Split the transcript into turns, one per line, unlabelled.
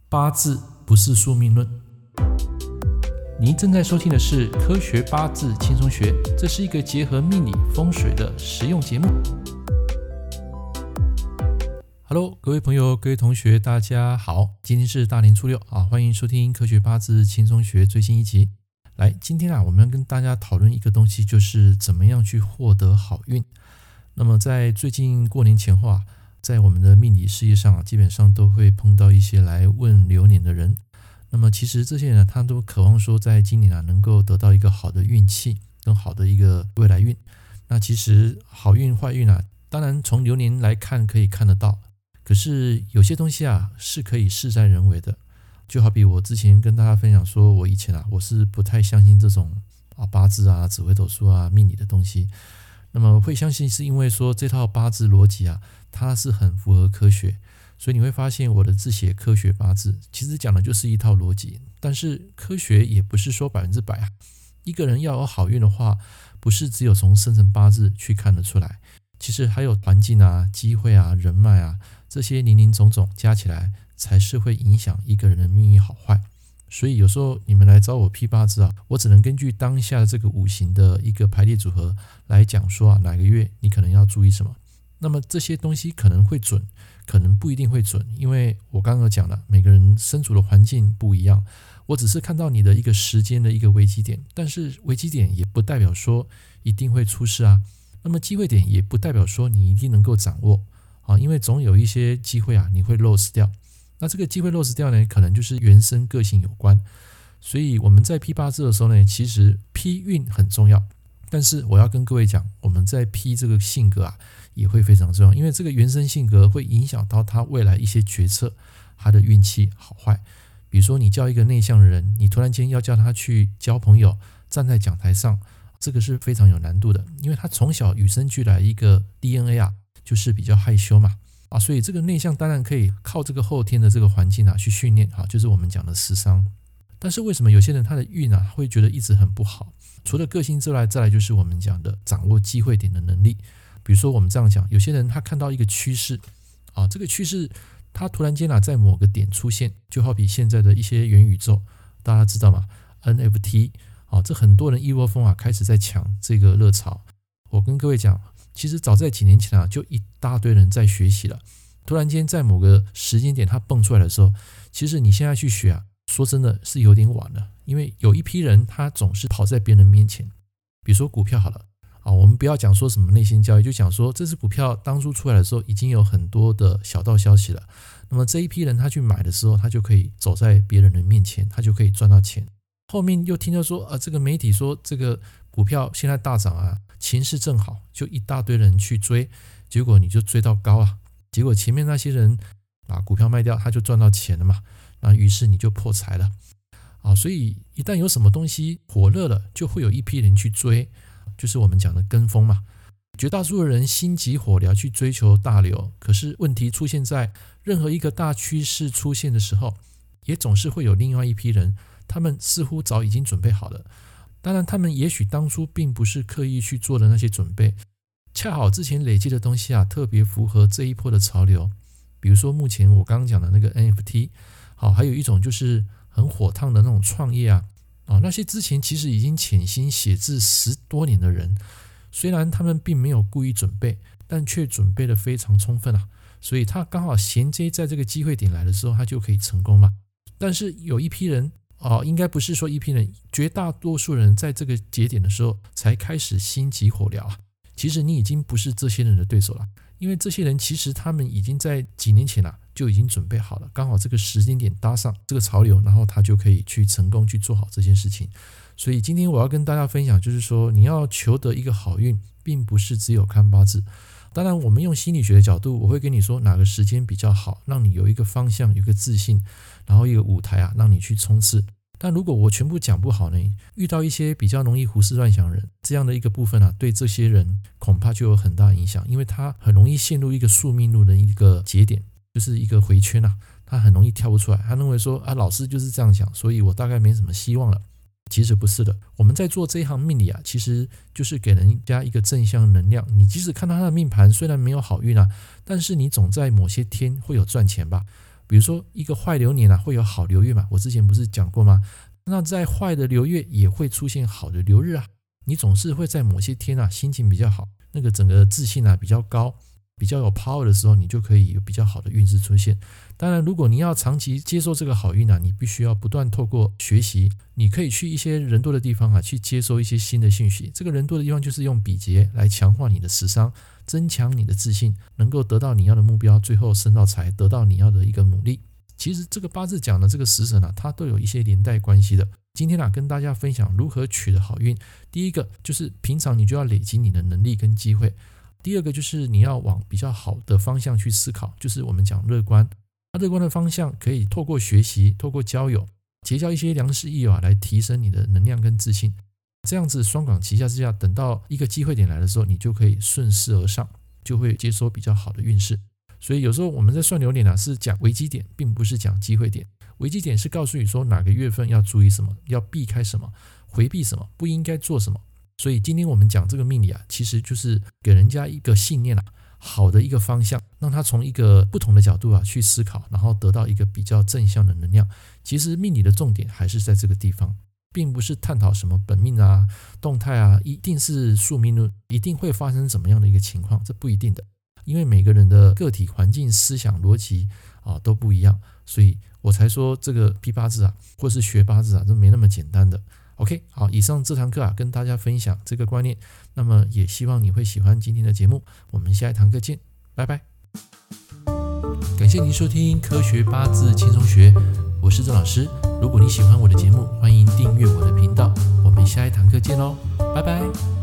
八字不是宿命论。您正在收听的是科学八字轻松学，这是一个结合命理风水的实用节目。Hello， 各位朋友，各位同学，大家好，今天是大年初六啊，欢迎收听科学八字轻松学最新一集。来，今天我们要跟大家讨论一个东西，就是怎么样去获得好运。那么在最近过年前后在我们的命理事业上基本上都会碰到一些来问流年的人。那么其实这些人他都渴望说在今年能够得到一个好的运气跟好的一个未来运。那其实好运坏运当然从流年来看可以看得到，可是有些东西是可以事在人为的。就好比我之前跟大家分享说，我以前我是不太相信这种八字紫微斗数命理的东西。那么会相信是因为说这套八字逻辑它是很符合科学，所以你会发现我的字写科学八字其实讲的就是一套逻辑。但是科学也不是说100%一个人要有好运的话，不是只有从生辰八字去看得出来，其实还有环境机会人脉这些林林总总加起来才是会影响一个人的命运好坏。所以有时候你们来找我批八字我只能根据当下这个五行的一个排列组合来讲说哪个月你可能要注意什么。那么这些东西可能会准，可能不一定会准，因为我刚刚讲了，每个人身处的环境不一样。我只是看到你的一个时间的一个危机点，但是危机点也不代表说一定会出事那么机会点也不代表说你一定能够掌握因为总有一些机会你会 lose 掉。那这个机会 lose 掉呢，可能就是原生个性有关。所以我们在批八字的时候呢，其实批运很重要，但是我要跟各位讲，我们在批这个性格也会非常重要，因为这个原生性格会影响到他未来一些决策，他的运气好坏。比如说你叫一个内向的人，你突然间要叫他去交朋友，站在讲台上，这个是非常有难度的，因为他从小与生俱来一个 DNA 就是比较害羞嘛所以这个内向当然可以靠这个后天的这个环境去训练就是我们讲的食伤。但是为什么有些人他的运会觉得一直很不好？除了个性之外，再来就是我们讲的掌握机会点的能力。比如说我们这样讲，有些人他看到一个趋势这个趋势他突然间在某个点出现，就好比现在的一些元宇宙，大家知道吗？ NFT 这很多人一窝蜂开始在抢这个热潮。我跟各位讲，其实早在几年前就一大堆人在学习了。突然间在某个时间点它蹦出来的时候，其实你现在去学说真的是有点晚了。因为有一批人他总是跑在别人面前。比如说股票好了我们不要讲说什么内线交易，就讲说这只股票当初出来的时候已经有很多的小道消息了。那么这一批人他去买的时候，他就可以走在别人的面前，他就可以赚到钱。后面又听到说这个媒体说这个股票现在大涨情势正好，就一大堆人去追，结果你就追到高结果前面那些人把股票卖掉，他就赚到钱了嘛，那于是你就破财了所以一旦有什么东西火热了，就会有一批人去追，就是我们讲的跟风嘛。绝大多数的人心急火燎去追求大流，可是问题出现在任何一个大趋势出现的时候，也总是会有另外一批人，他们似乎早已经准备好了。当然他们也许当初并不是刻意去做的那些准备，恰好之前累积的东西特别符合这一波的潮流。比如说目前我刚刚讲的那个 NFT， 还有一种就是很火烫的那种创业那些之前其实已经潜心写字10多年的人，虽然他们并没有故意准备，但却准备得非常充分所以他刚好衔接在这个机会点来的时候，他就可以成功嘛。但是有一批人应该不是说一批人，绝大多数人在这个节点的时候才开始心急火燎其实你已经不是这些人的对手了，因为这些人其实他们已经在几年前就已经准备好了，刚好这个时间点搭上这个潮流，然后他就可以去成功去做好这件事情。所以今天我要跟大家分享，就是说你要求得一个好运，并不是只有看八字。当然我们用心理学的角度，我会跟你说哪个时间比较好，让你有一个方向，有一个自信，然后一个舞台让你去冲刺。但如果我全部讲不好呢，遇到一些比较容易胡思乱想的人，这样的一个部分对这些人恐怕就有很大影响，因为他很容易陷入一个宿命论的一个节点，就是一个回圈他很容易跳不出来。他认为说老师就是这样讲，所以我大概没什么希望了。其实不是的，我们在做这一行命理其实就是给人家一个正向能量。你即使看到他的命盘虽然没有好运但是你总在某些天会有赚钱吧。 比如说一个坏流年会有好流月嘛，我之前不是讲过吗？那在坏的流月也会出现好的流日啊，你总是会在某些天心情比较好，那个整个自信比较高，比较有 power 的时候，你就可以有比较好的运势出现。当然如果你要长期接受这个好运你必须要不断透过学习，你可以去一些人多的地方去接收一些新的讯息。这个人多的地方就是用比劫来强化你的食伤，增强你的自信，能够得到你要的目标，最后升到财，得到你要的一个努力。其实这个八字讲的这个食神它都有一些连带关系的。今天跟大家分享如何取得好运。第一个就是平常你就要累积你的能力跟机会，第二个就是你要往比较好的方向去思考，就是我们讲乐观。乐观的方向可以透过学习，透过交友，结交一些良师益友来提升你的能量跟自信。这样子双管齐下之下，等到一个机会点来的时候，你就可以顺势而上，就会接收比较好的运势。所以有时候我们在算流年是讲危机点，并不是讲机会点。危机点是告诉你说哪个月份要注意什么，要避开什么，回避什么，不应该做什么。所以今天我们讲这个命理其实就是给人家一个信念好的一个方向，让他从一个不同的角度去思考，然后得到一个比较正向的能量。其实命理的重点还是在这个地方，并不是探讨什么本命动态一定是宿命论，一定会发生怎么样的一个情况，这不一定的。因为每个人的个体环境、思想、逻辑都不一样，所以我才说这个批八字或是学八字都没那么简单的。OK， 好，以上这堂课跟大家分享这个观念，那么也希望你会喜欢今天的节目，我们下一堂课见，拜拜。感谢您收听科学八字轻松学，我是郑老师。如果你喜欢我的节目，欢迎订阅我的频道，我们下一堂课见咯，拜拜。